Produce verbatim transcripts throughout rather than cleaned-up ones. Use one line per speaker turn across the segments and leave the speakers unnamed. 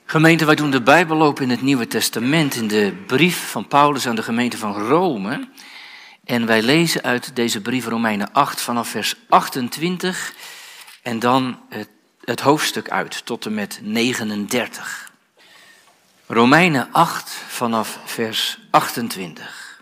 Gemeente, wij doen de Bijbel open in het Nieuwe Testament, in de brief van Paulus aan de gemeente van Rome. En wij lezen uit deze brief Romeinen acht vanaf vers achtentwintig en dan het, het hoofdstuk uit tot en met negenendertig. Romeinen acht vanaf vers achtentwintig.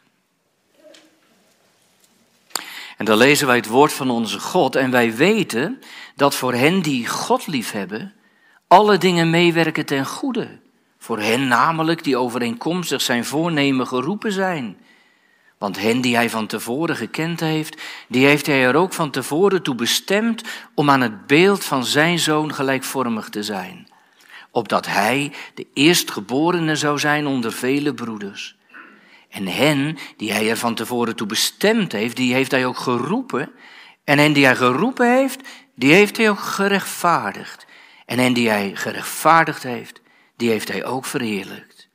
En dan lezen wij het woord van onze God en wij weten dat voor hen die God liefhebben, alle dingen meewerken ten goede. Voor hen namelijk die overeenkomstig zijn voornemen geroepen zijn. Want hen die hij van tevoren gekend heeft, die heeft hij er ook van tevoren toe bestemd om aan het beeld van zijn zoon gelijkvormig te zijn. Opdat hij de eerstgeborene zou zijn onder vele broeders. En hen die hij er van tevoren toe bestemd heeft, die heeft hij ook geroepen. En hen die hij geroepen heeft, die heeft hij ook gerechtvaardigd. En hen die hij gerechtvaardigd heeft, die heeft hij ook verheerlijkt.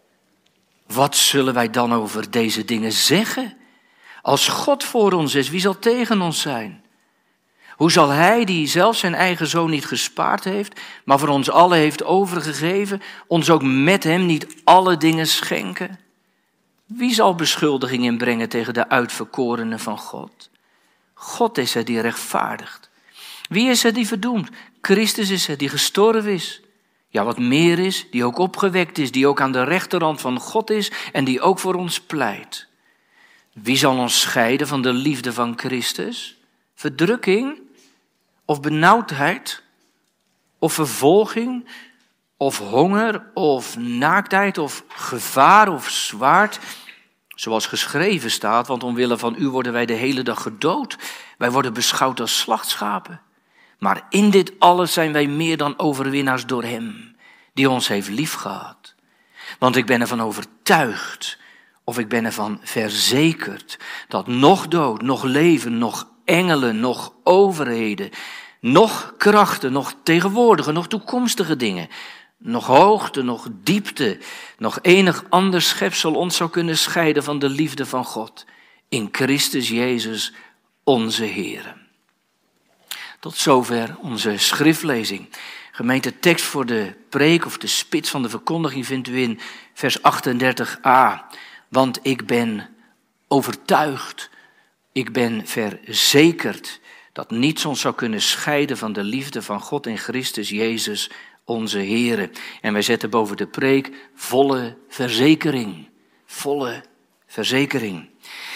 Wat zullen wij dan over deze dingen zeggen? Als God voor ons is, wie zal tegen ons zijn? Hoe zal hij, die zelf zijn eigen zoon niet gespaard heeft, maar voor ons allen heeft overgegeven, ons ook met hem niet alle dingen schenken? Wie zal beschuldiging inbrengen tegen de uitverkorenen van God? God is het die rechtvaardigt. Wie is het die verdoemt? Christus is het die gestorven is. Ja, wat meer is, die ook opgewekt is, die ook aan de rechterhand van God is en die ook voor ons pleit. Wie zal ons scheiden van de liefde van Christus? Verdrukking of benauwdheid of vervolging of honger of naaktheid of gevaar of zwaard? Zoals geschreven staat, want omwille van u worden wij de hele dag gedood. Wij worden beschouwd als slachtschapen. Maar in dit alles zijn wij meer dan overwinnaars door hem, die ons heeft liefgehad. Want ik ben ervan overtuigd, of ik ben ervan verzekerd, dat nog dood, nog leven, nog engelen, nog overheden, nog krachten, nog tegenwoordige, nog toekomstige dingen, nog hoogte, nog diepte, nog enig ander schepsel ons zou kunnen scheiden van de liefde van God in Christus Jezus, onze Heer. Tot zover onze schriftlezing. Gemeente, tekst voor de preek of de spits van de verkondiging vindt u in vers achtendertig a. Want ik ben overtuigd, ik ben verzekerd dat niets ons zou kunnen scheiden van de liefde van God in Christus Jezus, onze Heer. En wij zetten boven de preek volle verzekering. Volle verzekering.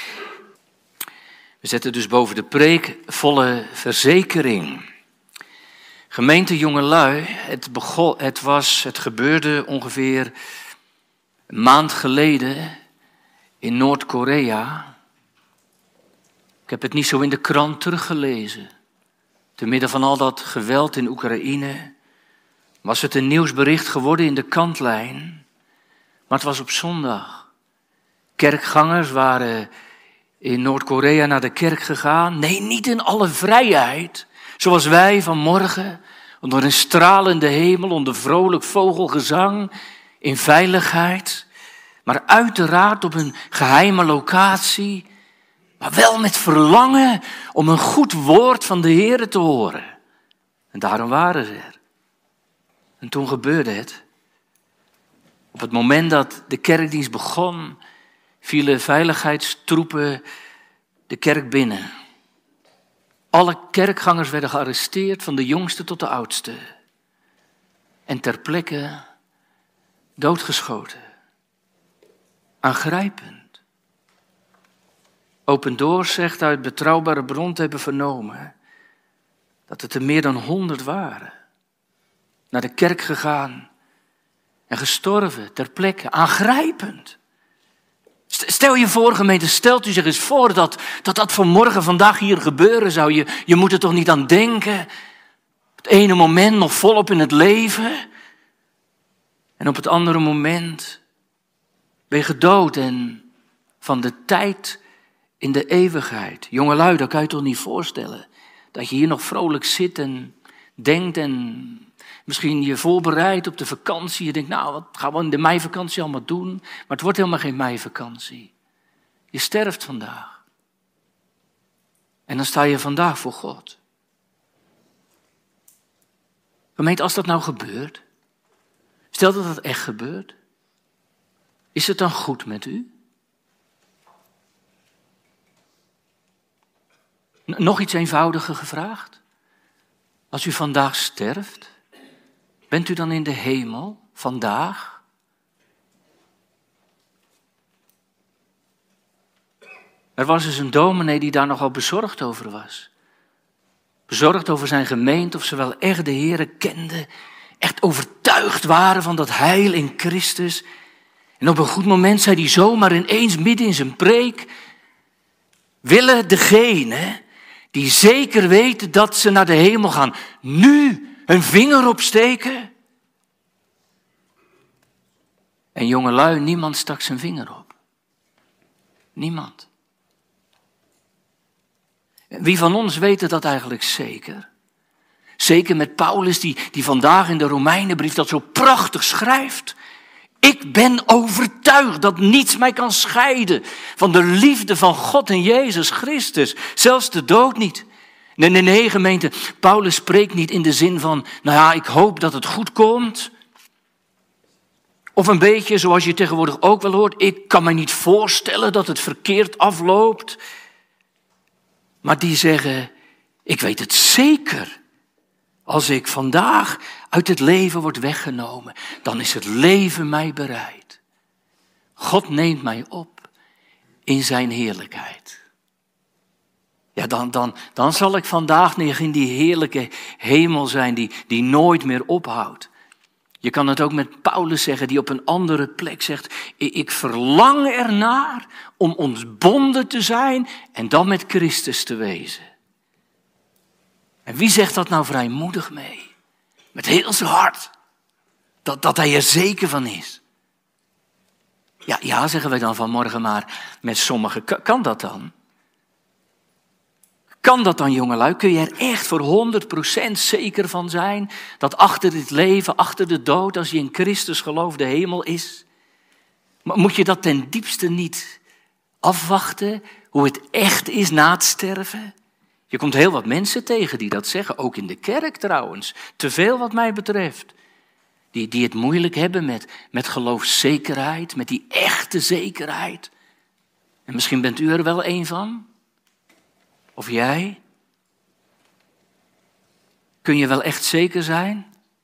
We zetten dus boven de preek volle verzekering. Gemeente jongelui, het, begon, het, was, het gebeurde ongeveer een maand geleden in Noord-Korea. Ik heb het niet zo in de krant teruggelezen. Te midden van al dat geweld in Oekraïne was het een nieuwsbericht geworden in de kantlijn. Maar het was op zondag. Kerkgangers waren in Noord-Korea naar de kerk gegaan. Nee, niet in alle vrijheid. Zoals wij vanmorgen, onder een stralende hemel, onder vrolijk vogelgezang, in veiligheid. Maar uiteraard op een geheime locatie, maar wel met verlangen om een goed woord van de Heer te horen. En daarom waren ze er. En toen gebeurde het. Op het moment dat de kerkdienst begon, vielen veiligheidstroepen de kerk binnen. Alle kerkgangers werden gearresteerd, van de jongste tot de oudste. En ter plekke doodgeschoten. Aangrijpend. Open Doors zegt uit betrouwbare bron te hebben vernomen dat het er meer dan honderd waren. Naar de kerk gegaan en gestorven ter plekke. Aangrijpend. Stel je voor, gemeente, stelt u zich eens voor dat dat, dat vanmorgen, vandaag hier gebeuren zou. Je, je moet er toch niet aan denken. Op het ene moment nog volop in het leven. En op het andere moment ben je gedood en van de tijd in de eeuwigheid. Jongelui, dat kan je toch niet voorstellen. Dat je hier nog vrolijk zit en denkt en misschien je voorbereidt op de vakantie. Je denkt, nou, wat gaan we in de meivakantie allemaal doen? Maar het wordt helemaal geen meivakantie. Je sterft vandaag. En dan sta je vandaag voor God. Gemeente, als dat nou gebeurt, Stel dat dat echt gebeurt. Is het dan goed met u? Nog iets eenvoudiger gevraagd. Als u vandaag sterft, bent u dan in de hemel vandaag? Er was dus een dominee die daar nogal bezorgd over was. Bezorgd over zijn gemeente, of ze wel echt de Heere kenden, echt overtuigd waren van dat heil in Christus. En op een goed moment zei hij zomaar ineens midden in zijn preek: willen degenen die zeker weten dat ze naar de hemel gaan, nu hun vinger opsteken? En jongelui, niemand stak zijn vinger op. Niemand. Wie van ons weet dat eigenlijk zeker? Zeker met Paulus die, die vandaag in de Romeinenbrief dat zo prachtig schrijft. Ik ben overtuigd dat niets mij kan scheiden van de liefde van God en Jezus Christus. Zelfs de dood niet. Nee, nee, nee, gemeente. Paulus spreekt niet in de zin van, nou ja, ik hoop dat het goed komt. Of een beetje zoals je tegenwoordig ook wel hoort, ik kan me niet voorstellen dat het verkeerd afloopt. Maar die zeggen, ik weet het zeker. Als ik vandaag uit het leven word weggenomen, dan is het leven mij bereid. God neemt mij op in zijn heerlijkheid. Ja, dan, dan, dan zal ik vandaag nog in die heerlijke hemel zijn die, die nooit meer ophoudt. Je kan het ook met Paulus zeggen, die op een andere plek zegt, ik verlang ernaar om ontbonden te zijn en dan met Christus te wezen. En wie zegt dat nou vrijmoedig mee? Met heel zijn hart. Dat, dat hij er zeker van is. Ja, ja, zeggen wij dan vanmorgen maar met sommigen. Kan dat dan? Kan dat dan, jongelui? Kun je er echt voor honderd procent zeker van zijn dat achter dit leven, achter de dood, als je in Christus gelooft, de hemel is? Maar moet je dat ten diepste niet afwachten, hoe het echt is na het sterven? Je komt heel wat mensen tegen die dat zeggen, ook in de kerk trouwens. Te veel wat mij betreft. Die, die het moeilijk hebben met, met geloofszekerheid, met die echte zekerheid. En misschien bent u er wel een van. Of jij? Kun je wel echt zeker zijn?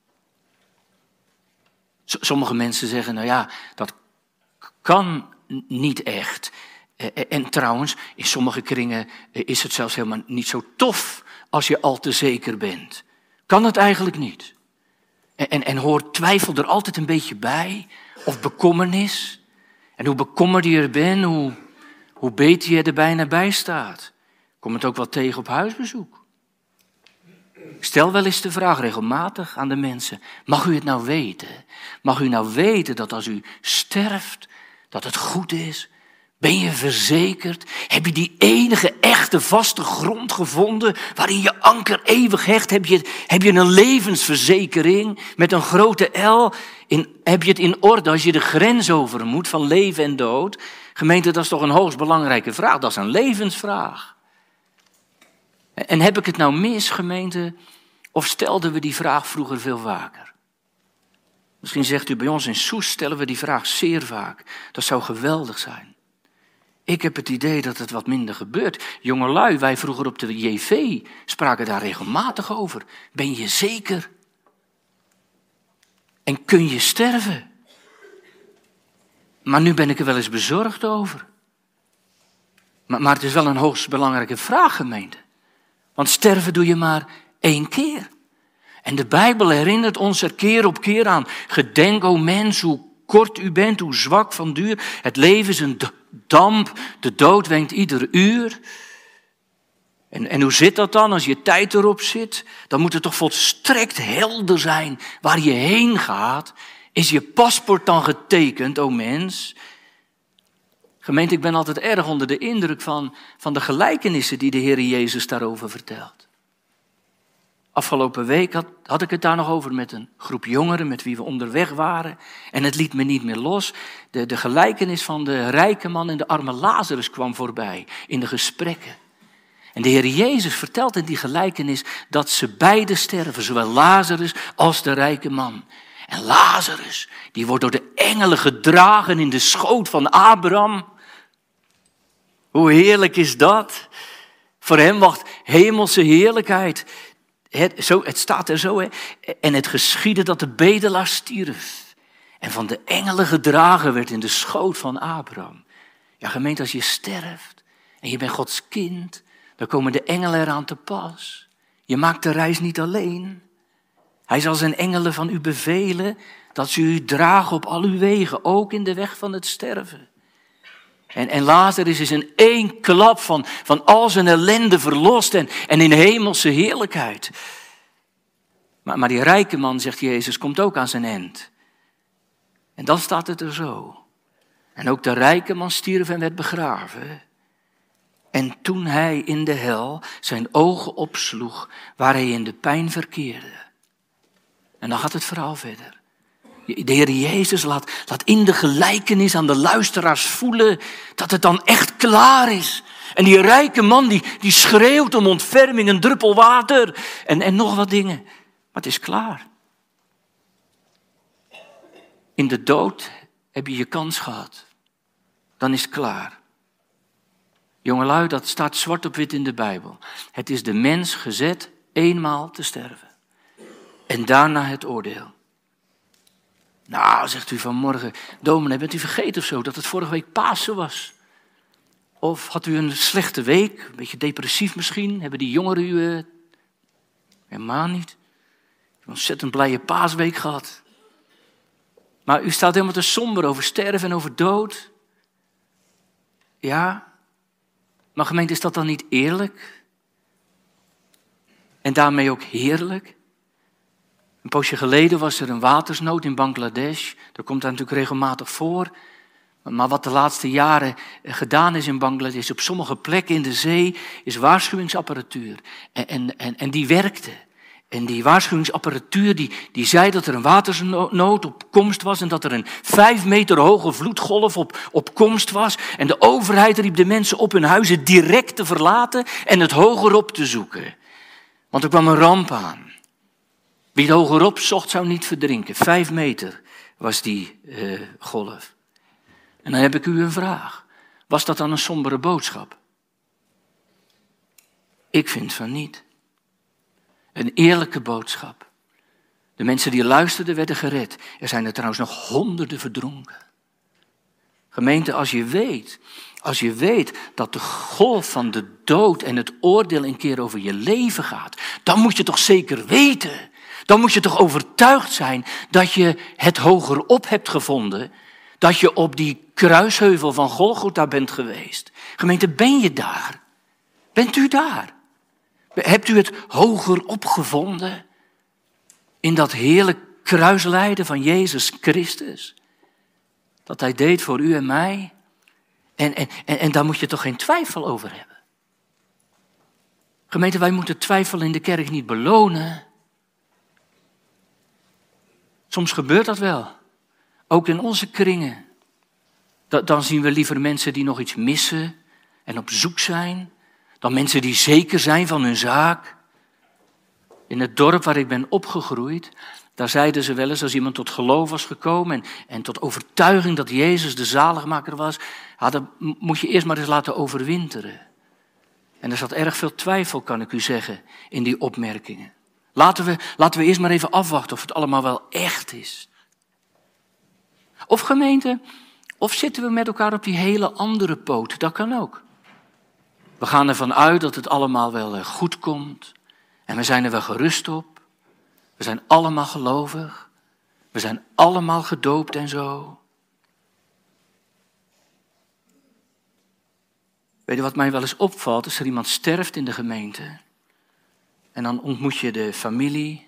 Sommige mensen zeggen, nou ja, dat kan niet echt. En trouwens, in sommige kringen is het zelfs helemaal niet zo tof als je al te zeker bent. Kan het eigenlijk niet. En, en, en hoort twijfel er altijd een beetje bij, of bekommernis. En hoe bekommerd je er bent, hoe, hoe beter je er bijna bij staat. Kom het ook wel tegen op huisbezoek. Stel wel eens de vraag regelmatig aan de mensen, mag u het nou weten? Mag u nou weten dat als u sterft, dat het goed is? Ben je verzekerd? Heb je die enige echte vaste grond gevonden waarin je anker eeuwig hecht? Heb je, heb je een levensverzekering met een grote L? In, heb je het in orde als je de grens over moet van leven en dood? Gemeente, dat is toch een hoogst belangrijke vraag. Dat is een levensvraag. En heb ik het nou mis, gemeente? Of stelden we die vraag vroeger veel vaker? Misschien zegt u, bij ons in Soest stellen we die vraag zeer vaak. Dat zou geweldig zijn. Ik heb het idee dat het wat minder gebeurt. Jongelui, wij vroeger op de J V spraken daar regelmatig over. Ben je zeker? En kun je sterven? Maar nu ben ik er wel eens bezorgd over. Maar, maar het is wel een hoogst belangrijke vraag, gemeente. Want sterven doe je maar één keer. En de Bijbel herinnert ons er keer op keer aan. Gedenk, o mens, hoe kort u bent, hoe zwak van duur. Het leven is een damp, de dood wenkt ieder uur. En, en hoe zit dat dan als je tijd erop zit? Dan moet het toch volstrekt helder zijn waar je heen gaat. Is je paspoort dan getekend, o mens? Gemeente, ik ben altijd erg onder de indruk van, van de gelijkenissen die de Heer Jezus daarover vertelt. Afgelopen week had, had ik het daar nog over met een groep jongeren met wie we onderweg waren. En het liet me niet meer los. De, de gelijkenis van de rijke man en de arme Lazarus kwam voorbij in de gesprekken. En de Heer Jezus vertelt in die gelijkenis dat ze beide sterven, zowel Lazarus als de rijke man. En Lazarus, die wordt door de engelen gedragen in de schoot van Abraham. Hoe heerlijk is dat? Voor hem wacht hemelse heerlijkheid. Het, zo, het staat er zo, hè. En het geschiedde dat de bedelaar stierf. En van de engelen gedragen werd in de schoot van Abraham. Ja, gemeente, als je sterft en je bent Gods kind, dan komen de engelen eraan te pas. Je maakt de reis niet alleen. Hij zal zijn engelen van u bevelen dat ze u dragen op al uw wegen, ook in de weg van het sterven. En, en Lazarus is in één klap van, van al zijn ellende verlost en, en in hemelse heerlijkheid. Maar, maar die rijke man, zegt Jezus, komt ook aan zijn eind. En dan staat het er zo. En ook de rijke man stierf en werd begraven. En toen hij in de hel zijn ogen opsloeg, waar hij in de pijn verkeerde. En dan gaat het verhaal verder. De Heer Jezus laat, laat in de gelijkenis aan de luisteraars voelen dat het dan echt klaar is. En die rijke man die, die schreeuwt om ontferming, een druppel water en, en nog wat dingen. Maar het is klaar. In de dood heb je je kans gehad. Dan is het klaar. Jongelui, dat staat zwart op wit in de Bijbel. Het is de mens gezet eenmaal te sterven. En daarna het oordeel. Nou, zegt u vanmorgen, dominee, bent u vergeten of zo dat het vorige week Pasen was? Of had u een slechte week, een beetje depressief misschien? Hebben die jongeren u uh, helemaal niet? Ik heb een ontzettend blije Paasweek gehad. Maar u staat helemaal te somber over sterven en over dood. Ja, maar gemeente, is dat dan niet eerlijk? En daarmee ook heerlijk? Een poosje geleden was er een watersnood in Bangladesh. Dat komt daar natuurlijk regelmatig voor. Maar wat de laatste jaren gedaan is in Bangladesh, op sommige plekken in de zee, is waarschuwingsapparatuur. En, en, en, en die werkte. En die waarschuwingsapparatuur die, die zei dat er een watersnood op komst was en dat er een vijf meter hoge vloedgolf op, op komst was. En de overheid riep de mensen op hun huizen direct te verlaten en het hogerop te zoeken. Want er kwam een ramp aan. Wie het hogerop zocht zou niet verdrinken. Vijf meter was die uh, golf. En dan heb ik u een vraag. Was dat dan een sombere boodschap? Ik vind van niet. Een eerlijke boodschap. De mensen die luisterden werden gered. Er zijn er trouwens nog honderden verdronken. Gemeente, als je weet, als je weet dat de golf van de dood en het oordeel een keer over je leven gaat, dan moet je toch zeker weten. Dan moet je toch overtuigd zijn dat je het hogerop hebt gevonden. Dat je op die kruisheuvel van Golgotha bent geweest. Gemeente, ben je daar? Bent u daar? Hebt u het hogerop gevonden? In dat heerlijk kruislijden van Jezus Christus. Dat hij deed voor u en mij. En, en, en, en daar moet je toch geen twijfel over hebben. Gemeente, wij moeten twijfel in de kerk niet belonen. Soms gebeurt dat wel. Ook in onze kringen. Dan zien we liever mensen die nog iets missen en op zoek zijn, dan mensen die zeker zijn van hun zaak. In het dorp waar ik ben opgegroeid, daar zeiden ze wel eens als iemand tot geloof was gekomen en, en tot overtuiging dat Jezus de zaligmaker was, hadden, moet je eerst maar eens laten overwinteren. En er zat erg veel twijfel, kan ik u zeggen, in die opmerkingen. Laten we, laten we eerst maar even afwachten of het allemaal wel echt is. Of gemeente, of zitten we met elkaar op die hele andere poot, dat kan ook. We gaan ervan uit dat het allemaal wel goed komt en we zijn er wel gerust op. We zijn allemaal gelovig, we zijn allemaal gedoopt en zo. Weet je wat mij wel eens opvalt, als er iemand sterft in de gemeente en dan ontmoet je de familie.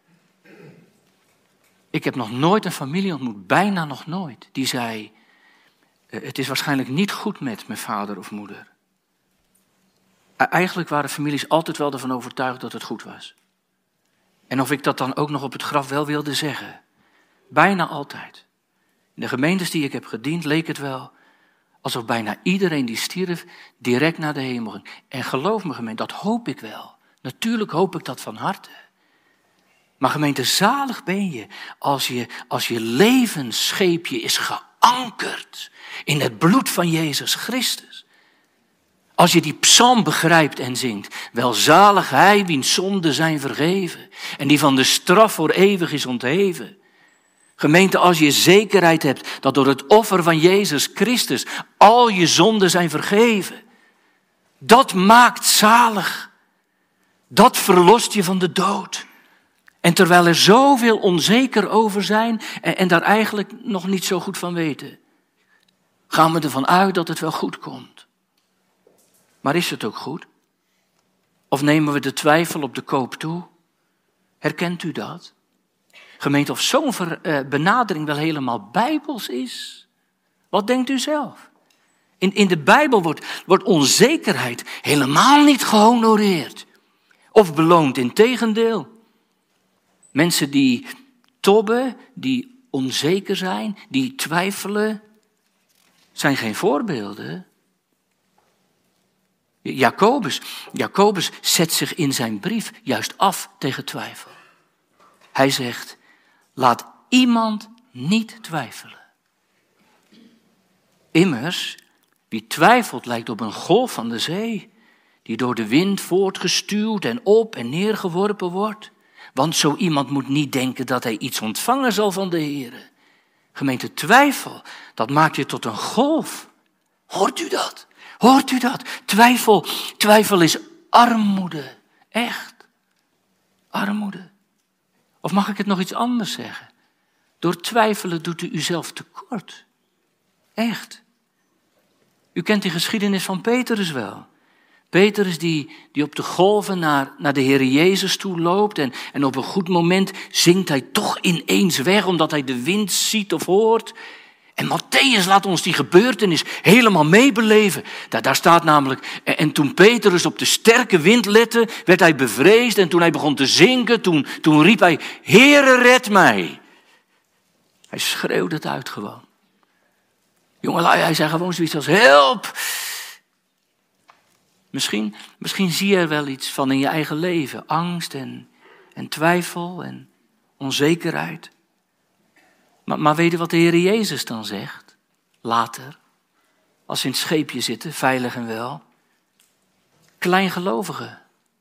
Ik heb nog nooit een familie ontmoet, bijna nog nooit, die zei, het is waarschijnlijk niet goed met mijn vader of moeder. Eigenlijk waren families altijd wel ervan overtuigd dat het goed was. En of ik dat dan ook nog op het graf wel wilde zeggen. Bijna altijd. In de gemeentes die ik heb gediend leek het wel alsof bijna iedereen die stierf direct naar de hemel ging. En geloof me gemeente, dat hoop ik wel. Natuurlijk hoop ik dat van harte. Maar gemeente, zalig ben je als je, als je levensscheepje is geankerd in het bloed van Jezus Christus. Als je die psalm begrijpt en zingt. Welzalig hij wiens zonden zijn vergeven en die van de straf voor eeuwig is ontheven. Gemeente, als je zekerheid hebt dat door het offer van Jezus Christus al je zonden zijn vergeven. Dat maakt zalig. Dat verlost je van de dood. En terwijl er zoveel onzeker over zijn en, en daar eigenlijk nog niet zo goed van weten, gaan we ervan uit dat het wel goed komt. Maar is het ook goed? Of nemen we de twijfel op de koop toe? Herkent u dat? Gemeente, of zo'n ver, uh, benadering wel helemaal bijbels is? Wat denkt u zelf? In, in de Bijbel wordt, wordt onzekerheid helemaal niet gehonoreerd. Of beloond, integendeel. Mensen die tobben, die onzeker zijn, die twijfelen, zijn geen voorbeelden. Jacobus, Jacobus zet zich in zijn brief juist af tegen twijfel. Hij zegt, laat iemand niet twijfelen. Immers, wie twijfelt lijkt op een golf van de zee, die door de wind voortgestuwd en op en neer geworpen wordt. Want zo iemand moet niet denken dat hij iets ontvangen zal van de Heere. Gemeente, twijfel, dat maakt je tot een golf. Hoort u dat? Hoort u dat? Twijfel, twijfel is armoede. Echt. Armoede. Of mag ik het nog iets anders zeggen? Door twijfelen doet u uzelf tekort. Echt. U kent die geschiedenis van Petrus wel. Petrus die, die op de golven naar, naar de Heer Jezus toe loopt en, en op een goed moment zinkt hij toch ineens weg omdat hij de wind ziet of hoort. En Mattheüs laat ons die gebeurtenis helemaal meebeleven. Daar, daar staat namelijk, en, en toen Petrus op de sterke wind lette, werd hij bevreesd en toen hij begon te zinken, toen, toen riep hij, Heere, red mij. Hij schreeuwde het uit gewoon. Jongelui, hij zei gewoon zoiets als, help! Misschien, misschien zie je er wel iets van in je eigen leven. Angst en, en twijfel en onzekerheid. Maar, maar weet je wat de Heer Jezus dan zegt? Later, als ze in het scheepje zitten, veilig en wel. Kleingelovige.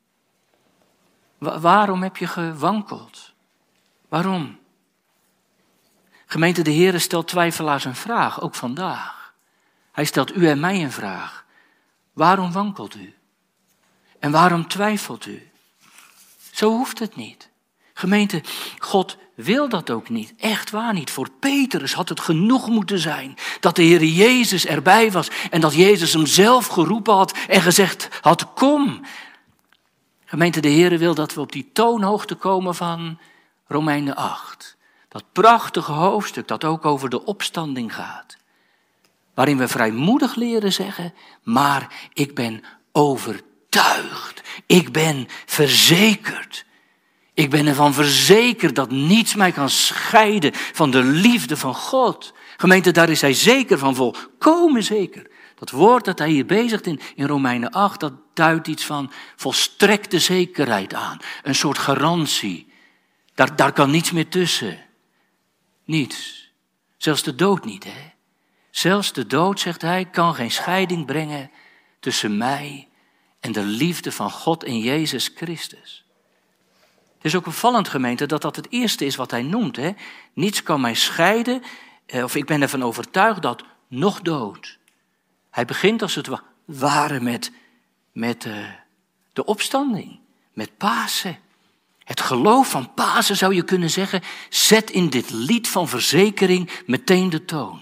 Wa- waarom heb je gewankeld? Waarom? Gemeente, de Heer stelt twijfelaars een vraag, ook vandaag. Hij stelt u en mij een vraag. Waarom wankelt u? En waarom twijfelt u? Zo hoeft het niet. Gemeente, God wil dat ook niet. Echt waar niet. Voor Petrus had het genoeg moeten zijn dat de Heer Jezus erbij was en dat Jezus hem zelf geroepen had en gezegd had, kom. Gemeente, de Heer wil dat we op die toonhoogte komen van Romeinen acht. Dat prachtige hoofdstuk dat ook over de opstanding gaat. Waarin we vrijmoedig leren zeggen, maar ik ben overtuigd. Ik ben verzekerd. Ik ben ervan verzekerd dat niets mij kan scheiden van de liefde van God. Gemeente, daar is hij zeker van, volkomen zeker. Dat woord dat hij hier bezigt in, in Romeinen acht, dat duidt iets van volstrekte zekerheid aan. Een soort garantie. Daar, daar kan niets meer tussen. Niets. Zelfs de dood niet, hè. Zelfs de dood, zegt hij, kan geen scheiding brengen tussen mij en de liefde van God in Jezus Christus. Het is ook opvallend, gemeente, dat dat het eerste is wat hij noemt. Hè? Niets kan mij scheiden, of ik ben ervan overtuigd dat nog dood. Hij begint als het ware met, met uh, de opstanding, met Pasen. Het geloof van Pasen, zou je kunnen zeggen, zet in dit lied van verzekering meteen de toon.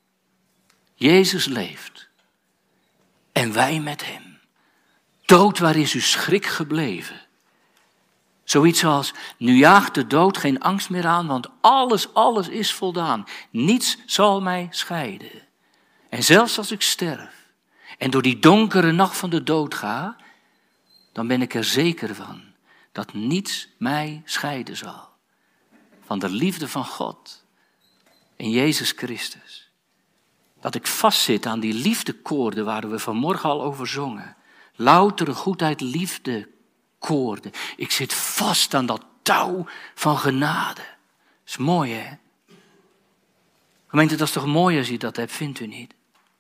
Jezus leeft en wij met hem. Dood, waar is uw schrik gebleven? Zoiets als, nu jaagt de dood geen angst meer aan, want alles, alles is voldaan. Niets zal mij scheiden. En zelfs als ik sterf en door die donkere nacht van de dood ga, dan ben ik er zeker van dat niets mij scheiden zal. Van de liefde van God in Jezus Christus. Dat ik vastzit aan die liefdekoorden waar we vanmorgen al over zongen. Loutere goedheid, liefde, koorden. Ik zit vast aan dat touw van genade. Dat is mooi, hè? Gemeente, dat is toch mooi als je dat hebt, vindt u niet?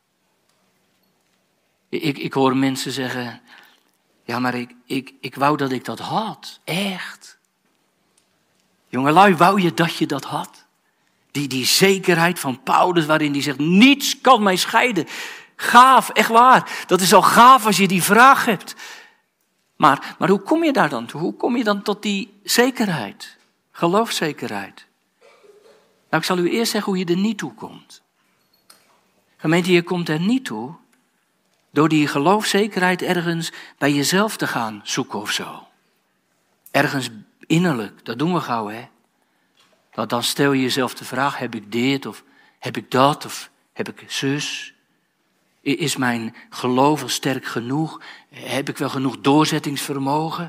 Ik, ik hoor mensen zeggen, ja, maar ik, ik, ik wou dat ik dat had. Echt. Jongelui, wou je dat je dat had? Die, die zekerheid van Paulus waarin hij zegt, niets kan mij scheiden. Gaaf, echt waar. Dat is al gaaf als je die vraag hebt. Maar, maar hoe kom je daar dan toe? Hoe kom je dan tot die zekerheid? Geloofszekerheid. Nou, ik zal u eerst zeggen hoe je er niet toe komt. Gemeente, je komt er niet toe door die geloofszekerheid ergens bij jezelf te gaan zoeken of zo. Ergens innerlijk, dat doen we gauw, hè. Want dan stel je jezelf de vraag, heb ik dit of heb ik dat of heb ik zus? Is mijn geloof al sterk genoeg? Heb ik wel genoeg doorzettingsvermogen?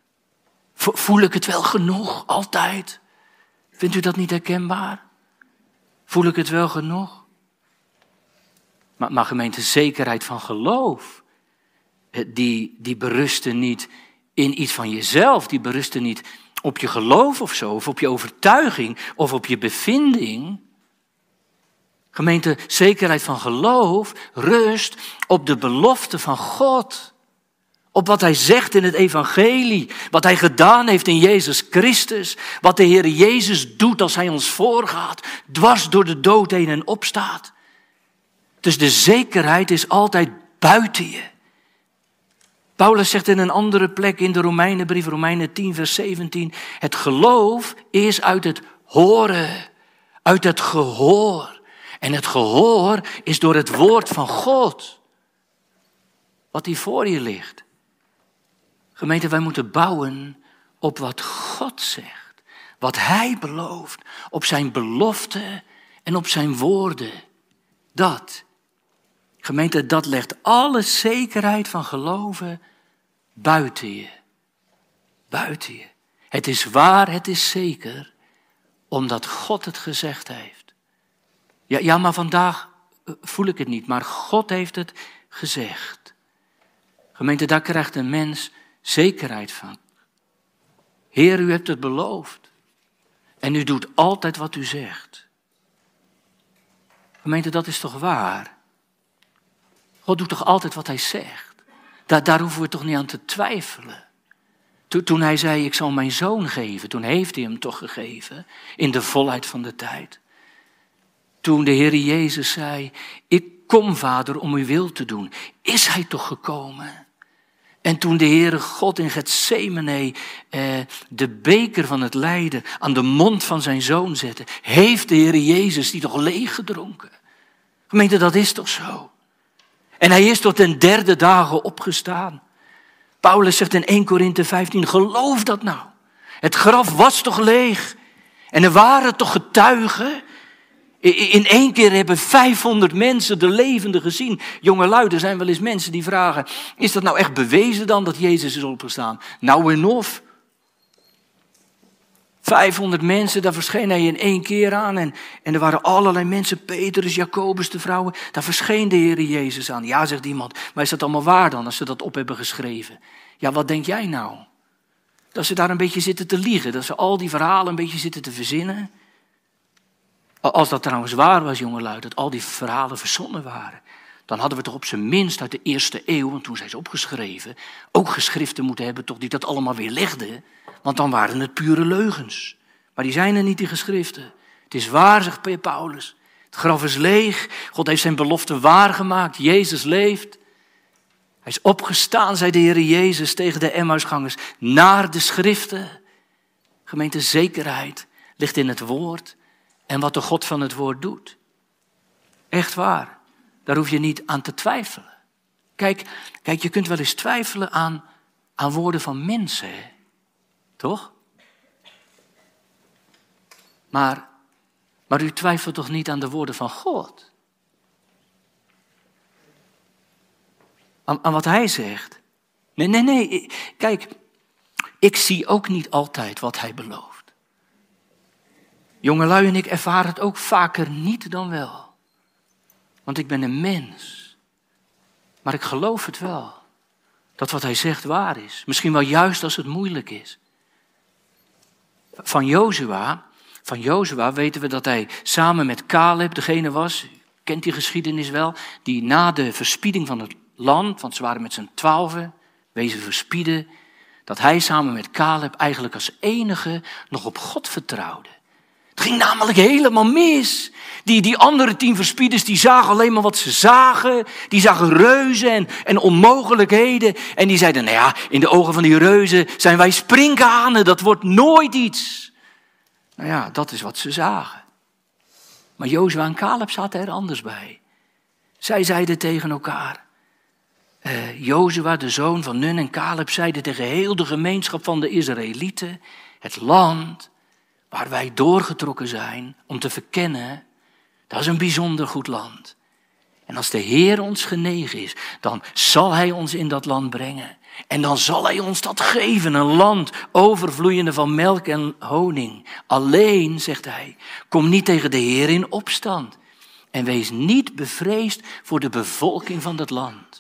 Voel ik het wel genoeg, altijd? Vindt u dat niet herkenbaar? Voel ik het wel genoeg? Maar, maar gemeente, zekerheid van geloof, die, die berusten niet in iets van jezelf, die berusten niet op je geloof of zo, of op je overtuiging, of op je bevinding. Gemeente, zekerheid van geloof rust op de belofte van God. Op wat hij zegt in het evangelie, wat hij gedaan heeft in Jezus Christus, wat de Heer Jezus doet als hij ons voorgaat, dwars door de dood heen en opstaat. Dus de zekerheid is altijd buiten je. Paulus zegt in een andere plek in de Romeinenbrief, Romeinen tien vers zeventien, het geloof is uit het horen, uit het gehoor. En het gehoor is door het woord van God, wat hier voor je ligt. Gemeente, wij moeten bouwen op wat God zegt, wat hij belooft, op zijn beloften en op zijn woorden. Dat, gemeente, dat legt alle zekerheid van geloven buiten je. Buiten je. Het is waar, het is zeker, omdat God het gezegd heeft. Ja, ja, maar vandaag voel ik het niet, maar God heeft het gezegd. Gemeente, daar krijgt een mens zekerheid van. Heer, u hebt het beloofd. En u doet altijd wat u zegt. Gemeente, dat is toch waar? God doet toch altijd wat hij zegt? Daar, daar hoeven we toch niet aan te twijfelen. Toen, toen hij zei, ik zal mijn zoon geven, toen heeft hij hem toch gegeven. In de volheid van de tijd. Toen de Heer Jezus zei, ik kom, Vader, om uw wil te doen. Is hij toch gekomen? En toen de Heere God in Getsemane eh, de beker van het lijden aan de mond van zijn zoon zette, heeft de Heere Jezus die toch leeg gedronken. Gemeente, dat is toch zo? En hij is tot ten derde dagen opgestaan. Paulus zegt in eerste Korinthe vijftien, geloof dat nou. Het graf was toch leeg. En er waren toch getuigen. In één keer hebben vijfhonderd mensen de levende gezien. Jongelui, er zijn wel eens mensen die vragen, is dat nou echt bewezen dan dat Jezus is opgestaan? Nou en of. vijfhonderd mensen, daar verscheen hij in één keer aan. En, en er waren allerlei mensen, Petrus, Jacobus, de vrouwen. Daar verscheen de Heer Jezus aan. Ja, zegt iemand, maar is dat allemaal waar dan, als ze dat op hebben geschreven? Ja, wat denk jij nou? Dat ze daar een beetje zitten te liegen, dat ze al die verhalen een beetje zitten te verzinnen. Als dat trouwens waar was, jongelui, dat al die verhalen verzonnen waren, dan hadden we toch op zijn minst uit de eerste eeuw, want toen zijn ze opgeschreven, ook geschriften moeten hebben toch die dat allemaal weer legden. Want dan waren het pure leugens. Maar die zijn er niet, die geschriften. Het is waar, zegt Paulus. Het graf is leeg. God heeft zijn belofte waargemaakt. Jezus leeft. Hij is opgestaan, zei de Heer Jezus tegen de Emmausgangers, naar de schriften. Gemeente, zekerheid ligt in het woord en wat de God van het woord doet. Echt waar. Daar hoef je niet aan te twijfelen. Kijk, kijk je kunt wel eens twijfelen aan, aan woorden van mensen, hè? Toch? Maar, maar u twijfelt toch niet aan de woorden van God? Aan, aan wat hij zegt? Nee, nee, nee. Kijk, ik zie ook niet altijd wat hij belooft. Jongelui en ik ervaren het ook vaker niet dan wel. Want ik ben een mens. Maar ik geloof het wel. Dat wat hij zegt waar is. Misschien wel juist als het moeilijk is. Van Jozua, van Jozua weten we dat hij samen met Caleb degene was, u kent die geschiedenis wel, die na de verspieding van het land, want ze waren met z'n twaalfen, wezen verspieden, dat hij samen met Caleb eigenlijk als enige nog op God vertrouwde. Het ging namelijk helemaal mis. Die, die andere tien verspieders, die zagen alleen maar wat ze zagen. Die zagen reuzen en, en onmogelijkheden. En die zeiden, nou ja, in de ogen van die reuzen zijn wij sprinkhanen. Dat wordt nooit iets. Nou ja, dat is wat ze zagen. Maar Jozua en Caleb zaten er anders bij. Zij zeiden tegen elkaar. Uh, Jozua, de zoon van Nun en Caleb, zeiden tegen heel de gemeenschap van de Israëlieten. Het land waar wij doorgetrokken zijn om te verkennen, dat is een bijzonder goed land. En als de Heer ons genegen is, dan zal Hij ons in dat land brengen. En dan zal Hij ons dat geven, een land overvloeiende van melk en honing. Alleen, zegt Hij, kom niet tegen de Heer in opstand. En wees niet bevreesd voor de bevolking van dat land.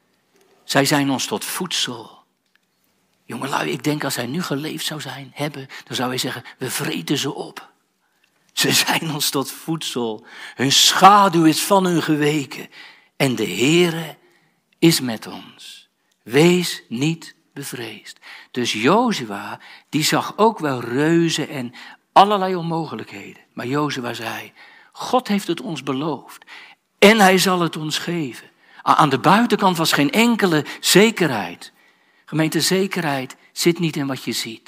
Zij zijn ons tot voedsel. Jongelui, ik denk als hij nu geleefd zou zijn, hebben, dan zou hij zeggen, we vreten ze op. Ze zijn ons tot voedsel. Hun schaduw is van hun geweken. En de Heere is met ons. Wees niet bevreesd. Dus Jozua, die zag ook wel reuzen en allerlei onmogelijkheden. Maar Jozua zei, God heeft het ons beloofd. En hij zal het ons geven. Aan de buitenkant was geen enkele zekerheid. Gemeente, zekerheid zit niet in wat je ziet.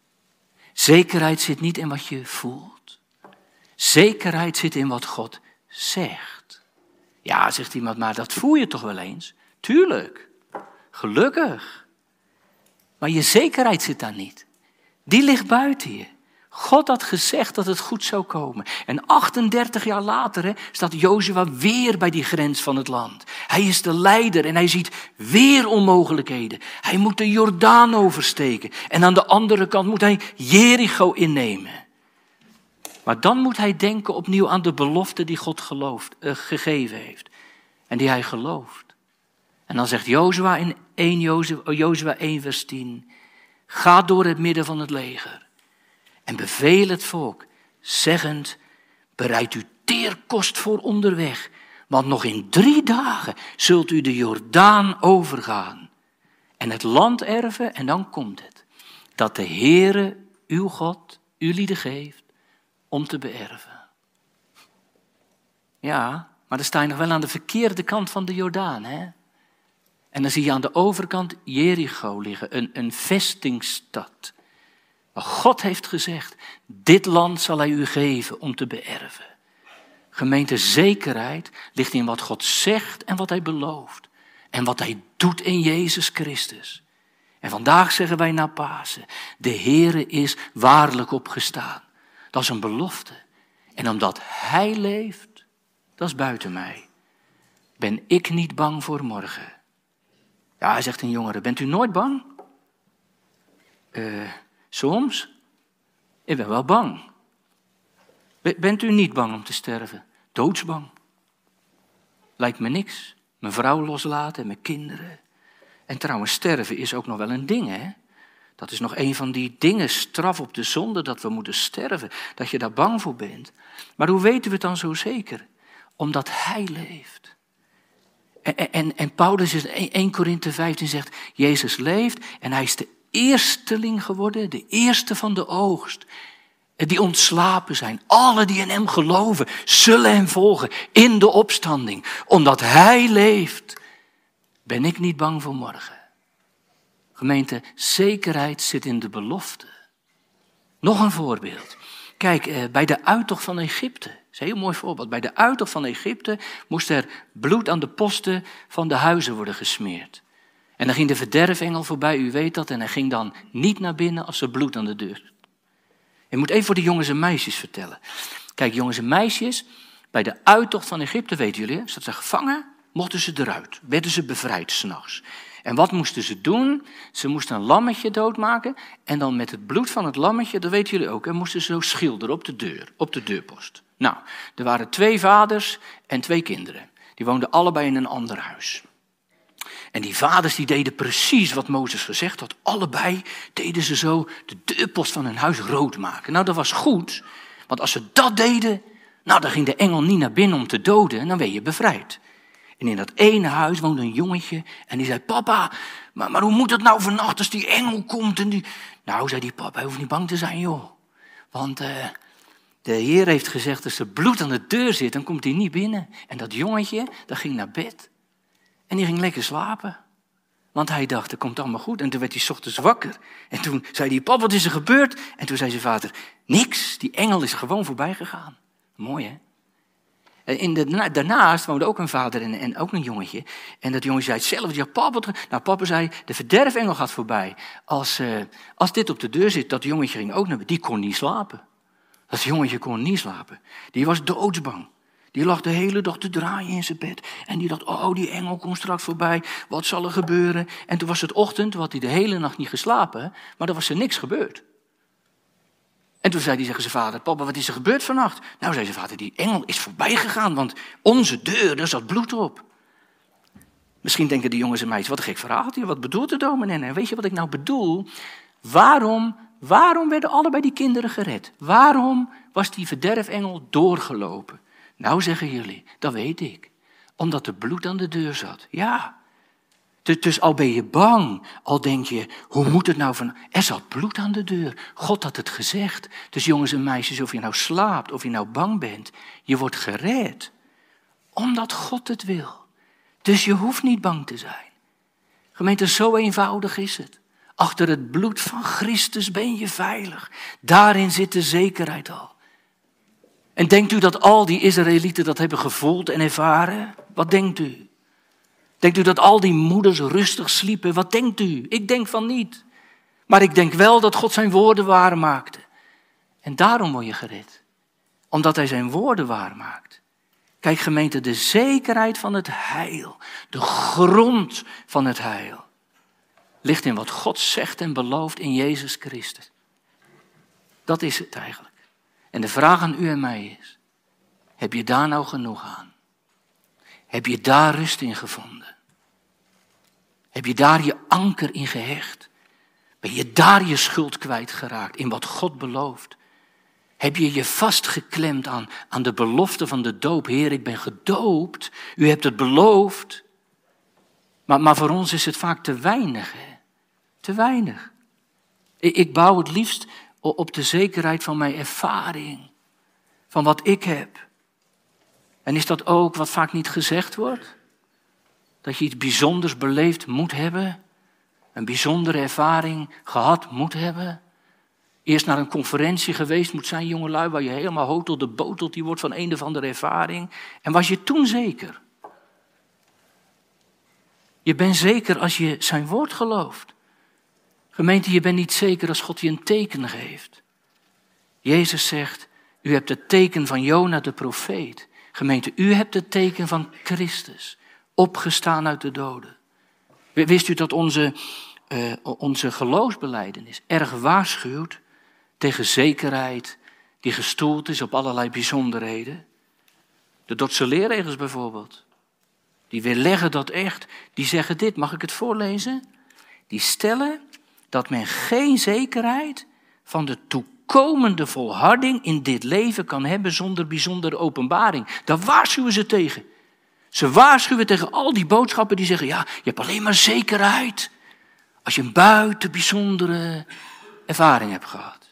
Zekerheid zit niet in wat je voelt. Zekerheid zit in wat God zegt. Ja, zegt iemand, maar dat voel je toch wel eens? Tuurlijk, gelukkig. Maar je zekerheid zit daar niet. Die ligt buiten je. God had gezegd dat het goed zou komen. En achtendertig jaar later hè, staat Jozua weer bij die grens van het land. Hij is de leider en hij ziet weer onmogelijkheden. Hij moet de Jordaan oversteken. En aan de andere kant moet hij Jericho innemen. Maar dan moet hij denken opnieuw aan de belofte die God gelooft, uh, gegeven heeft. En die hij gelooft. En dan zegt Jozua in één Jozua één vers tien. Ga door het midden van het leger. En beveel het volk, zeggend, bereid u teerkost voor onderweg, want nog in drie dagen zult u de Jordaan overgaan en het land erven, en dan komt het, dat de Heere, uw God, u lieden geeft om te beërven. Ja, maar dan sta je nog wel aan de verkeerde kant van de Jordaan, hè? En dan zie je aan de overkant Jericho liggen, een, een vestingstad. Maar God heeft gezegd, dit land zal hij u geven om te beërven. Gemeente, zekerheid ligt in wat God zegt en wat hij belooft. En wat hij doet in Jezus Christus. En vandaag zeggen wij na Pasen, de Heere is waarlijk opgestaan. Dat is een belofte. En omdat hij leeft, dat is buiten mij, ben ik niet bang voor morgen. Ja, hij zegt een jongere, bent u nooit bang? Uh, soms. Ik ben wel bang. Bent u niet bang om te sterven? Doodsbang. Lijkt me niks. Mijn vrouw loslaten en mijn kinderen. En trouwens, sterven is ook nog wel een ding, hè? Dat is nog een van die dingen, straf op de zonde, dat we moeten sterven. Dat je daar bang voor bent. Maar hoe weten we het dan zo zeker? Omdat hij leeft. En, en, en Paulus in één Korinthe vijftien zegt, Jezus leeft en hij is de eersteling geworden, de eerste van de oogst. Die ontslapen zijn, alle die in hem geloven, zullen hem volgen in de opstanding. Omdat hij leeft, ben ik niet bang voor morgen. Gemeente, zekerheid zit in de belofte. Nog een voorbeeld. Kijk, bij de uittocht van Egypte, dat is een heel mooi voorbeeld. Bij de uittocht van Egypte moest er bloed aan de posten van de huizen worden gesmeerd. En dan ging de verderfengel voorbij, u weet dat, en hij ging dan niet naar binnen als er bloed aan de deur. Ik moet even voor de jongens en meisjes vertellen. Kijk, jongens en meisjes, bij de uittocht van Egypte, weten jullie, als ze gevangen, mochten ze eruit. Werden ze bevrijd 's nachts. En wat moesten ze doen? Ze moesten een lammetje doodmaken en dan met het bloed van het lammetje, dat weten jullie ook, en moesten ze zo schilderen op de deur, op de deurpost. Nou, er waren twee vaders en twee kinderen. Die woonden allebei in een ander huis. En die vaders die deden precies wat Mozes gezegd had. Allebei deden ze zo de deurpost van hun huis rood maken. Nou, dat was goed, want als ze dat deden, nou, dan ging de engel niet naar binnen om te doden en dan werd je bevrijd. En in dat ene huis woonde een jongetje en die zei, papa, maar, maar hoe moet het nou vannacht als die engel komt? En die... Nou, zei die papa, je hoeft niet bang te zijn, joh. Want uh, de Heer heeft gezegd, als er bloed aan de deur zit, dan komt hij niet binnen. En dat jongetje, dat ging naar bed. En die ging lekker slapen. Want hij dacht, het komt allemaal goed. En toen werd hij 's ochtends wakker. En toen zei hij, papa, wat is er gebeurd? En toen zei zijn vader, niks, die engel is gewoon voorbij gegaan. Mooi, hè? In de, daarnaast woonde ook een vader en, en ook een jongetje. En dat jongetje zei hetzelfde. Ja, papa, nou, papa zei, de verderfengel gaat voorbij. Als, uh, als dit op de deur zit, dat jongetje ging ook naar bed. Die kon niet slapen. Dat jongetje kon niet slapen. Die was doodsbang. Die lag de hele dag te draaien in zijn bed. En die dacht, oh, die engel komt straks voorbij. Wat zal er gebeuren? En toen was het ochtend, toen had hij de hele nacht niet geslapen. Maar er was er niks gebeurd. En toen zei hij tegen zijn vader, papa, wat is er gebeurd vannacht? Nou, zei zijn vader, die engel is voorbij gegaan, want onze deur, daar zat bloed op. Misschien denken de jongens en meisjes, wat een gek verhaal hier, wat bedoelt de dominee? En weet je wat ik nou bedoel? Waarom, waarom werden allebei die kinderen gered? Waarom was die verderfengel doorgelopen? Nou, zeggen jullie, dat weet ik. Omdat er bloed aan de deur zat, ja. Dus al ben je bang, al denk je, hoe moet het nou van... Er zat bloed aan de deur, God had het gezegd. Dus jongens en meisjes, of je nou slaapt, of je nou bang bent, je wordt gered. Omdat God het wil. Dus je hoeft niet bang te zijn. Gemeente, zo eenvoudig is het. Achter het bloed van Christus ben je veilig. Daarin zit de zekerheid al. En denkt u dat al die Israëlieten dat hebben gevoeld en ervaren? Wat denkt u? Denkt u dat al die moeders rustig sliepen? Wat denkt u? Ik denk van niet. Maar ik denk wel dat God zijn woorden waar maakte. En daarom word je gered. Omdat hij zijn woorden waar maakt. Kijk gemeente, de zekerheid van het heil. De grond van het heil. Ligt in wat God zegt en belooft in Jezus Christus. Dat is het eigenlijk. En de vraag aan u en mij is. Heb je daar nou genoeg aan? Heb je daar rust in gevonden? Heb je daar je anker in gehecht? Ben je daar je schuld kwijtgeraakt in wat God belooft? Heb je je vastgeklemd aan, aan de belofte van de doop? Heer, ik ben gedoopt. U hebt het beloofd. Maar, maar voor ons is het vaak te weinig. Hè? Te weinig. Ik, ik bouw het liefst op de zekerheid van mijn ervaring. Van wat ik heb. En is dat ook wat vaak niet gezegd wordt? Dat je iets bijzonders beleefd moet hebben. Een bijzondere ervaring gehad moet hebben. Eerst naar een conferentie geweest moet zijn, jongelui, waar je helemaal hotelde botelt, die wordt van een of andere ervaring. En was je toen zeker? Je bent zeker als je zijn woord gelooft. Gemeente, je bent niet zeker als God je een teken geeft. Jezus zegt, u hebt het teken van Jona de profeet. Gemeente, u hebt het teken van Christus, opgestaan uit de doden. Wist u dat onze, uh, onze geloofsbelijdenis erg waarschuwt tegen zekerheid die gestoeld is op allerlei bijzonderheden? De Dordtse leerregels bijvoorbeeld, die weerleggen dat echt, die zeggen dit, mag ik het voorlezen? Die stellen dat men geen zekerheid van de toekomende volharding in dit leven kan hebben zonder bijzondere openbaring. Daar waarschuwen ze tegen. Ze waarschuwen tegen al die boodschappen die zeggen, ja, je hebt alleen maar zekerheid als je een buiten bijzondere ervaring hebt gehad.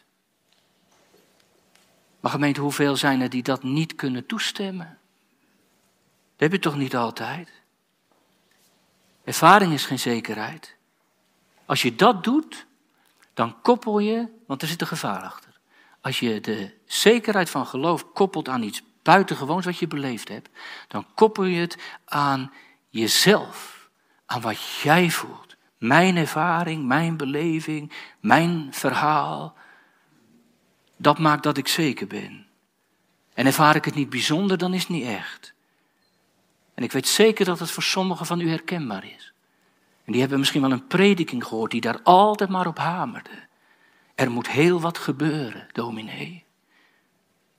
Maar gemeente, hoeveel zijn er die dat niet kunnen toestemmen? Dat heb je toch niet altijd? Ervaring is geen zekerheid. Als je dat doet, dan koppel je, want er zit een gevaar achter. Als je de zekerheid van geloof koppelt aan iets buitengewoons wat je beleefd hebt, dan koppel je het aan jezelf, aan wat jij voelt. Mijn ervaring, mijn beleving, mijn verhaal, dat maakt dat ik zeker ben. En ervaar ik het niet bijzonder, dan is het niet echt. En ik weet zeker dat het voor sommigen van u herkenbaar is. En die hebben misschien wel een prediking gehoord die daar altijd maar op hamerde. Er moet heel wat gebeuren, dominee.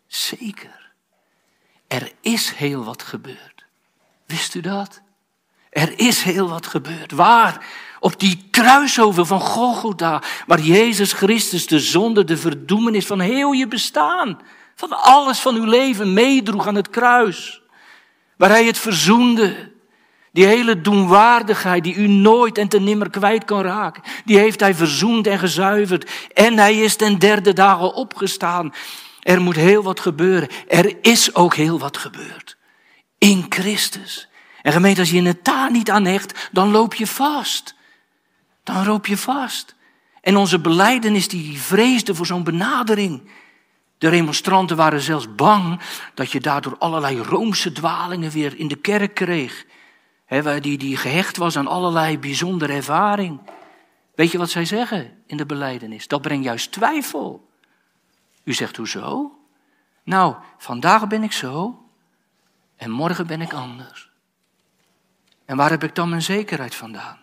Zeker. Er is heel wat gebeurd. Wist u dat? Er is heel wat gebeurd. Waar? Op die kruishoven van Golgotha, waar Jezus Christus de zonde, de verdoemenis van heel je bestaan, van alles van uw leven meedroeg aan het kruis. Waar hij het verzoende. Die hele doenwaardigheid die u nooit en te nimmer kwijt kan raken, die heeft hij verzoend en gezuiverd. En hij is ten derde dagen opgestaan. Er moet heel wat gebeuren. Er is ook heel wat gebeurd. In Christus. En gemeente, als je het daar niet aan hecht, dan loop je vast. Dan loop je vast. En onze belijdenis die vreesde voor zo'n benadering. De remonstranten waren zelfs bang dat je daardoor allerlei roomse dwalingen weer in de kerk kreeg. He, die, die gehecht was aan allerlei bijzondere ervaring. Weet je wat zij zeggen in de belijdenis? Dat brengt juist twijfel. U zegt, hoezo? Nou, vandaag ben ik zo en morgen ben ik anders. En waar heb ik dan mijn zekerheid vandaan?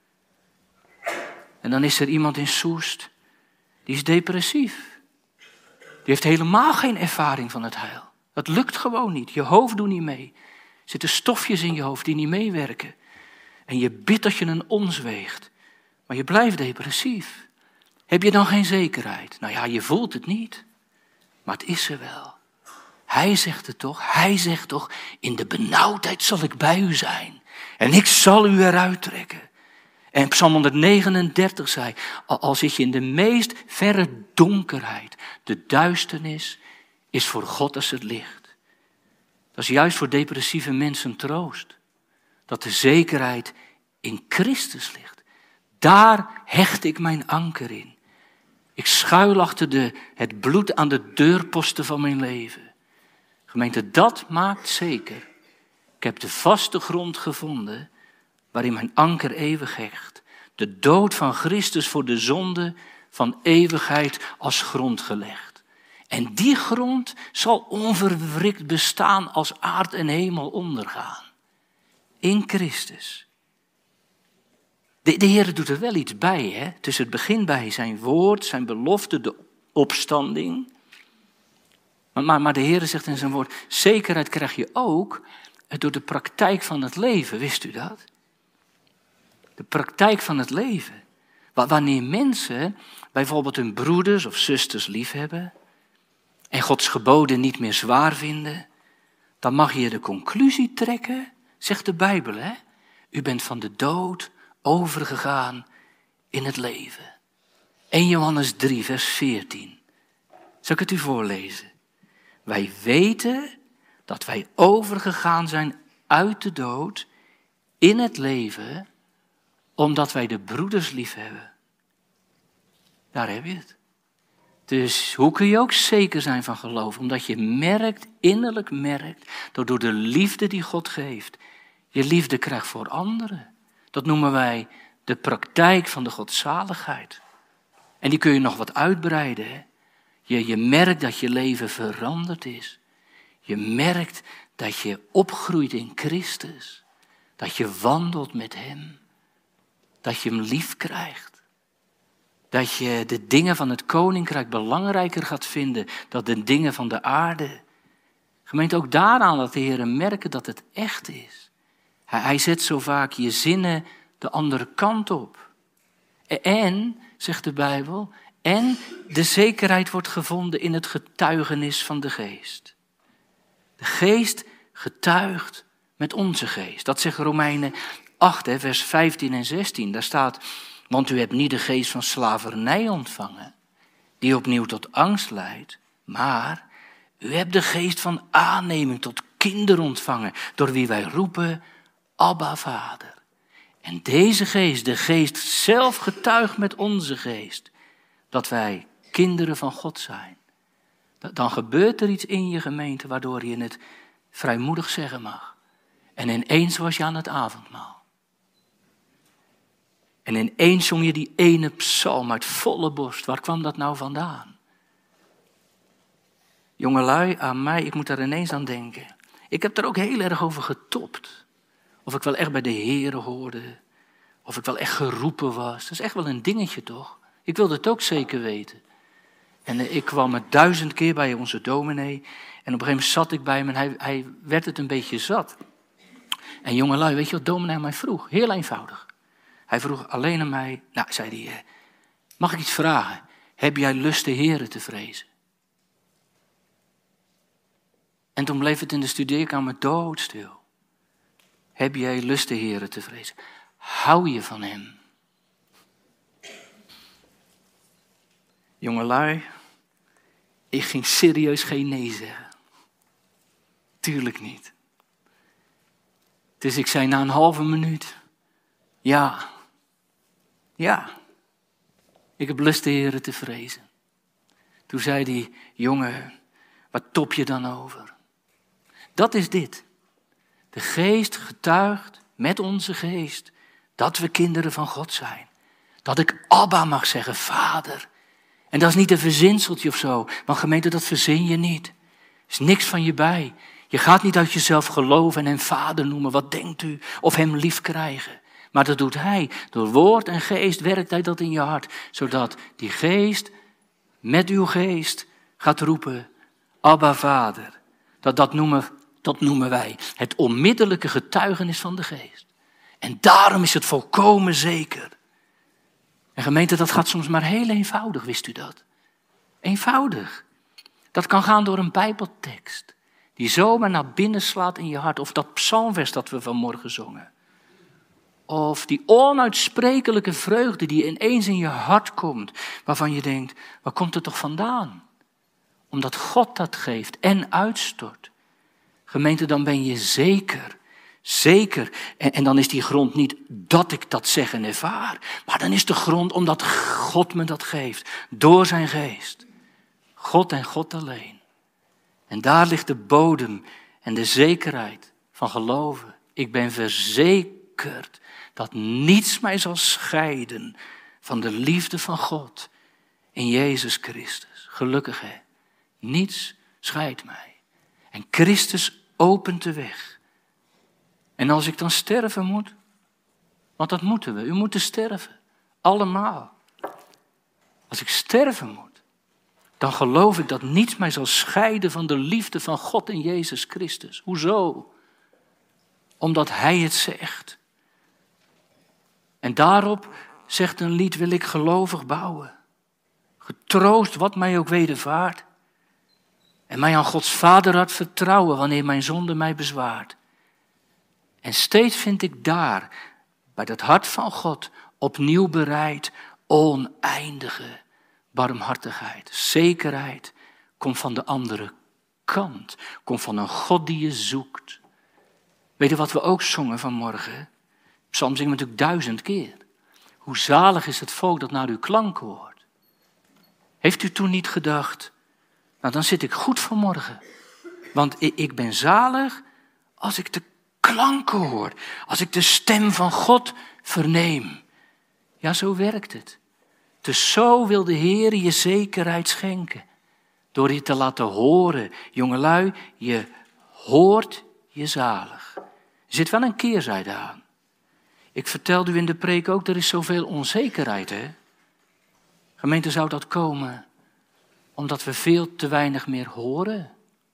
En dan is er iemand in Soest, die is depressief. Die heeft helemaal geen ervaring van het heil. Dat lukt gewoon niet, je hoofd doet niet mee. Er zitten stofjes in je hoofd die niet meewerken. En je bidt dat je een ons weegt. Maar je blijft depressief. Heb je dan geen zekerheid? Nou ja, je voelt het niet. Maar het is er wel. Hij zegt het toch? Hij zegt toch, in de benauwdheid zal ik bij u zijn. En ik zal u eruit trekken. En Psalm honderdnegenendertig zei, al zit je in de meest verre donkerheid, de duisternis is voor God als het licht. Dat is juist voor depressieve mensen troost. Dat de zekerheid in Christus ligt. Daar hecht ik mijn anker in. Ik schuil achter de, het bloed aan de deurposten van mijn leven. Gemeente, dat maakt zeker. Ik heb de vaste grond gevonden waarin mijn anker eeuwig hecht. De dood van Christus voor de zonde van eeuwigheid als grond gelegd. En die grond zal onverwrikt bestaan als aard en hemel ondergaan. In Christus. De, de Heer doet er wel iets bij, hè? Het is het begin bij zijn woord, zijn belofte, de opstanding. Maar, maar, maar de Heer zegt in zijn woord, zekerheid krijg je ook door de praktijk van het leven, wist u dat? De praktijk van het leven. Wanneer mensen bijvoorbeeld hun broeders of zusters liefhebben en Gods geboden niet meer zwaar vinden, dan mag je de conclusie trekken, zegt de Bijbel, hè? U bent van de dood overgegaan in het leven. Eerste Johannes drie, vers veertien. Zal ik het u voorlezen? Wij weten dat wij overgegaan zijn uit de dood in het leven, omdat wij de broeders lief hebben. Daar heb je het. Dus hoe kun je ook zeker zijn van geloof? Omdat je merkt, innerlijk merkt, dat door de liefde die God geeft, je liefde krijgt voor anderen. Dat noemen wij de praktijk van de godzaligheid. En die kun je nog wat uitbreiden. Hè? Je, je merkt dat je leven veranderd is. Je merkt dat je opgroeit in Christus. Dat je wandelt met Hem. Dat je Hem lief krijgt. Dat je de dingen van het koninkrijk belangrijker gaat vinden dan de dingen van de aarde. Gemeente, ook daaraan laat de Heer merken dat het echt is. Hij, hij zet zo vaak je zinnen de andere kant op. En, zegt de Bijbel, en de zekerheid wordt gevonden in het getuigenis van de geest. De geest getuigt met onze geest. Dat zegt Romeinen acht, vers vijftien en zestien. Daar staat, want u hebt niet de geest van slavernij ontvangen, die opnieuw tot angst leidt, maar u hebt de geest van aanneming tot kinderen ontvangen, door wie wij roepen, Abba, Vader. En deze geest, de geest zelf getuigt met onze geest, dat wij kinderen van God zijn. Dan gebeurt er iets in je gemeente, waardoor je het vrijmoedig zeggen mag. En ineens was je aan het avondmaal. En ineens zong je die ene psalm uit volle borst. Waar kwam dat nou vandaan? Jongelui, aan mij, ik moet daar ineens aan denken. Ik heb er ook heel erg over getopt. Of ik wel echt bij de Heere hoorde. Of ik wel echt geroepen was. Dat is echt wel een dingetje, toch? Ik wilde het ook zeker weten. En ik kwam het duizend keer bij onze dominee. En op een gegeven moment zat ik bij hem en hij, hij werd het een beetje zat. En jongelui, weet je wat dominee aan mij vroeg? Heel eenvoudig. Hij vroeg alleen aan mij, nou, zei hij, mag ik iets vragen? Heb jij lust de Here te vrezen? En toen bleef het in de studeerkamer doodstil. Heb jij lust de Here te vrezen? Hou je van hem? Jongelui, ik ging serieus geen nee zeggen. Tuurlijk niet. Dus ik zei na een halve minuut, ja, ja, ik heb lust de Here te vrezen. Toen zei die jongen, wat top je dan over? Dat is dit. De geest getuigt met onze geest dat we kinderen van God zijn. Dat ik Abba mag zeggen, Vader. En dat is niet een verzinseltje of zo. Maar gemeente, dat verzin je niet. Er is niks van je bij. Je gaat niet uit jezelf geloven en hem Vader noemen. Wat denkt u? Of hem lief krijgen. Maar dat doet hij. Door woord en geest werkt hij dat in je hart. Zodat die geest met uw geest gaat roepen, Abba Vader. Dat, dat, noemen, dat noemen wij het onmiddellijke getuigenis van de geest. En daarom is het volkomen zeker. En gemeente, dat gaat soms maar heel eenvoudig, wist u dat? Eenvoudig. Dat kan gaan door een Bijbeltekst. Die zomaar naar binnen slaat in je hart. Of dat psalmvers dat we vanmorgen zongen. Of die onuitsprekelijke vreugde die ineens in je hart komt. Waarvan je denkt, waar komt het toch vandaan? Omdat God dat geeft en uitstort. Gemeente, dan ben je zeker. Zeker. En, en dan is die grond niet dat ik dat zeg en ervaar. Maar dan is de grond omdat God me dat geeft. Door zijn geest. God en God alleen. En daar ligt de bodem en de zekerheid van geloven. Ik ben verzekerd dat niets mij zal scheiden van de liefde van God in Jezus Christus. Gelukkig hè. Niets scheidt mij. En Christus opent de weg. En als ik dan sterven moet, want dat moeten we, u moet sterven. Allemaal. Als ik sterven moet, dan geloof ik dat niets mij zal scheiden van de liefde van God in Jezus Christus. Hoezo? Omdat Hij het zegt. En daarop, zegt een lied, wil ik gelovig bouwen. Getroost wat mij ook wedervaart. En mij aan Gods vaderhart vertrouwen wanneer mijn zonde mij bezwaart. En steeds vind ik daar, bij dat hart van God, opnieuw bereid, oneindige barmhartigheid. Zekerheid komt van de andere kant. Komt van een God die je zoekt. Weet je wat we ook zongen vanmorgen? Psalm zingen we natuurlijk duizend keer. Hoe zalig is het volk dat naar uw klanken hoort. Heeft u toen niet gedacht, nou dan zit ik goed vanmorgen. Want ik ben zalig als ik de klanken hoor. Als ik de stem van God verneem. Ja, zo werkt het. Dus zo wil de Heer je zekerheid schenken. Door je te laten horen. Jongelui, je hoort je zalig. Er zit wel een keerzijde aan. Ik vertelde u in de preek ook, er is zoveel onzekerheid, hè. Gemeente, zou dat komen omdat we veel te weinig meer horen?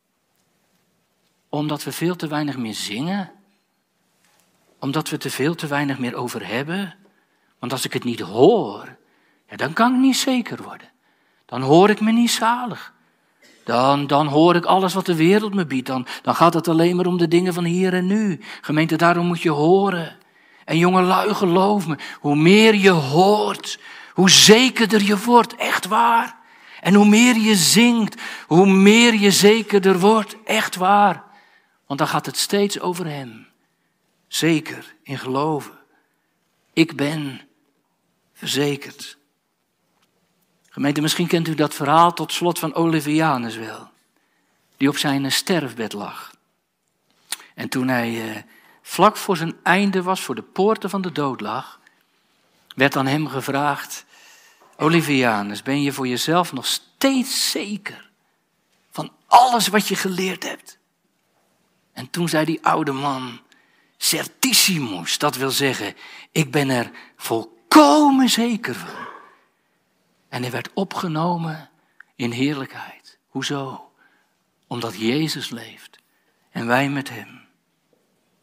Omdat we veel te weinig meer zingen? Omdat we er veel te weinig meer over hebben? Want als ik het niet hoor, ja, dan kan ik niet zeker worden. Dan hoor ik me niet zalig. Dan, dan hoor ik alles wat de wereld me biedt. Dan, dan gaat het alleen maar om de dingen van hier en nu. Gemeente, daarom moet je horen. En jongelui, geloof me, hoe meer je hoort, hoe zekerder je wordt, echt waar. En hoe meer je zingt, hoe meer je zekerder wordt, echt waar. Want dan gaat het steeds over hem. Zeker in geloven. Ik ben verzekerd. Gemeente, misschien kent u dat verhaal tot slot van Olivianus wel. Die op zijn sterfbed lag. En toen hij eh, vlak voor zijn einde was, voor de poorten van de dood lag, werd aan hem gevraagd, Olivianus, ben je voor jezelf nog steeds zeker van alles wat je geleerd hebt? En toen zei die oude man, certissimus, dat wil zeggen, ik ben er volkomen zeker van. En hij werd opgenomen in heerlijkheid. Hoezo? Omdat Jezus leeft en wij met hem.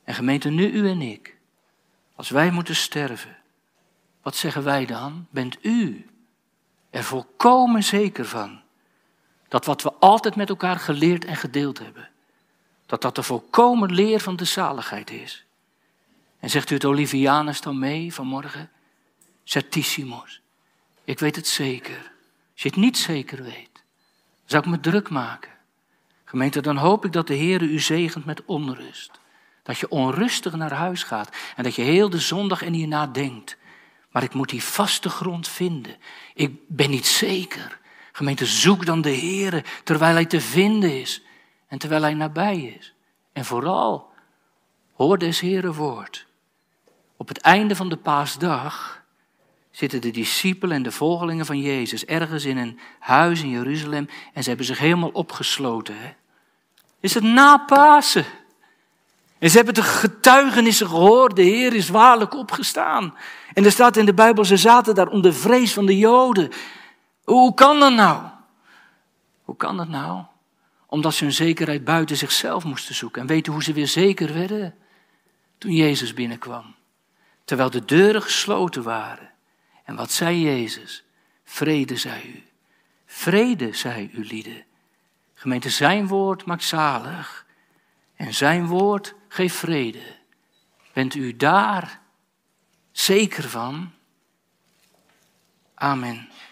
En gemeente, nu u en ik, als wij moeten sterven, wat zeggen wij dan? Bent u er volkomen zeker van dat wat we altijd met elkaar geleerd en gedeeld hebben, dat dat de volkomen leer van de zaligheid is? En zegt u het Olivianus dan mee vanmorgen? Certissimos. Ik weet het zeker. Als je het niet zeker weet, dan zou ik me druk maken. Gemeente, dan hoop ik dat de Heer u zegent met onrust. Dat je onrustig naar huis gaat en dat je heel de zondag en hierna denkt. Maar ik moet die vaste grond vinden. Ik ben niet zeker. Gemeente, zoek dan de Heer terwijl hij te vinden is en terwijl hij nabij is. En vooral, hoor des Heeren woord. Op het einde van de paasdag zitten de discipelen en de volgelingen van Jezus ergens in een huis in Jeruzalem en ze hebben zich helemaal opgesloten. Hè? Is het na Pasen? En ze hebben de getuigenissen gehoord, de Heer is waarlijk opgestaan. En er staat in de Bijbel, ze zaten daar onder vrees van de Joden. Hoe kan dat nou? Hoe kan dat nou? Omdat ze hun zekerheid buiten zichzelf moesten zoeken. En weet u hoe ze weer zeker werden? Toen Jezus binnenkwam. Terwijl de deuren gesloten waren. En wat zei Jezus? Vrede, zei u. Vrede, zei u lieden. Gemeente, zijn woord maakt zalig. En zijn woord geeft vrede. Bent u daar zeker van? Amen.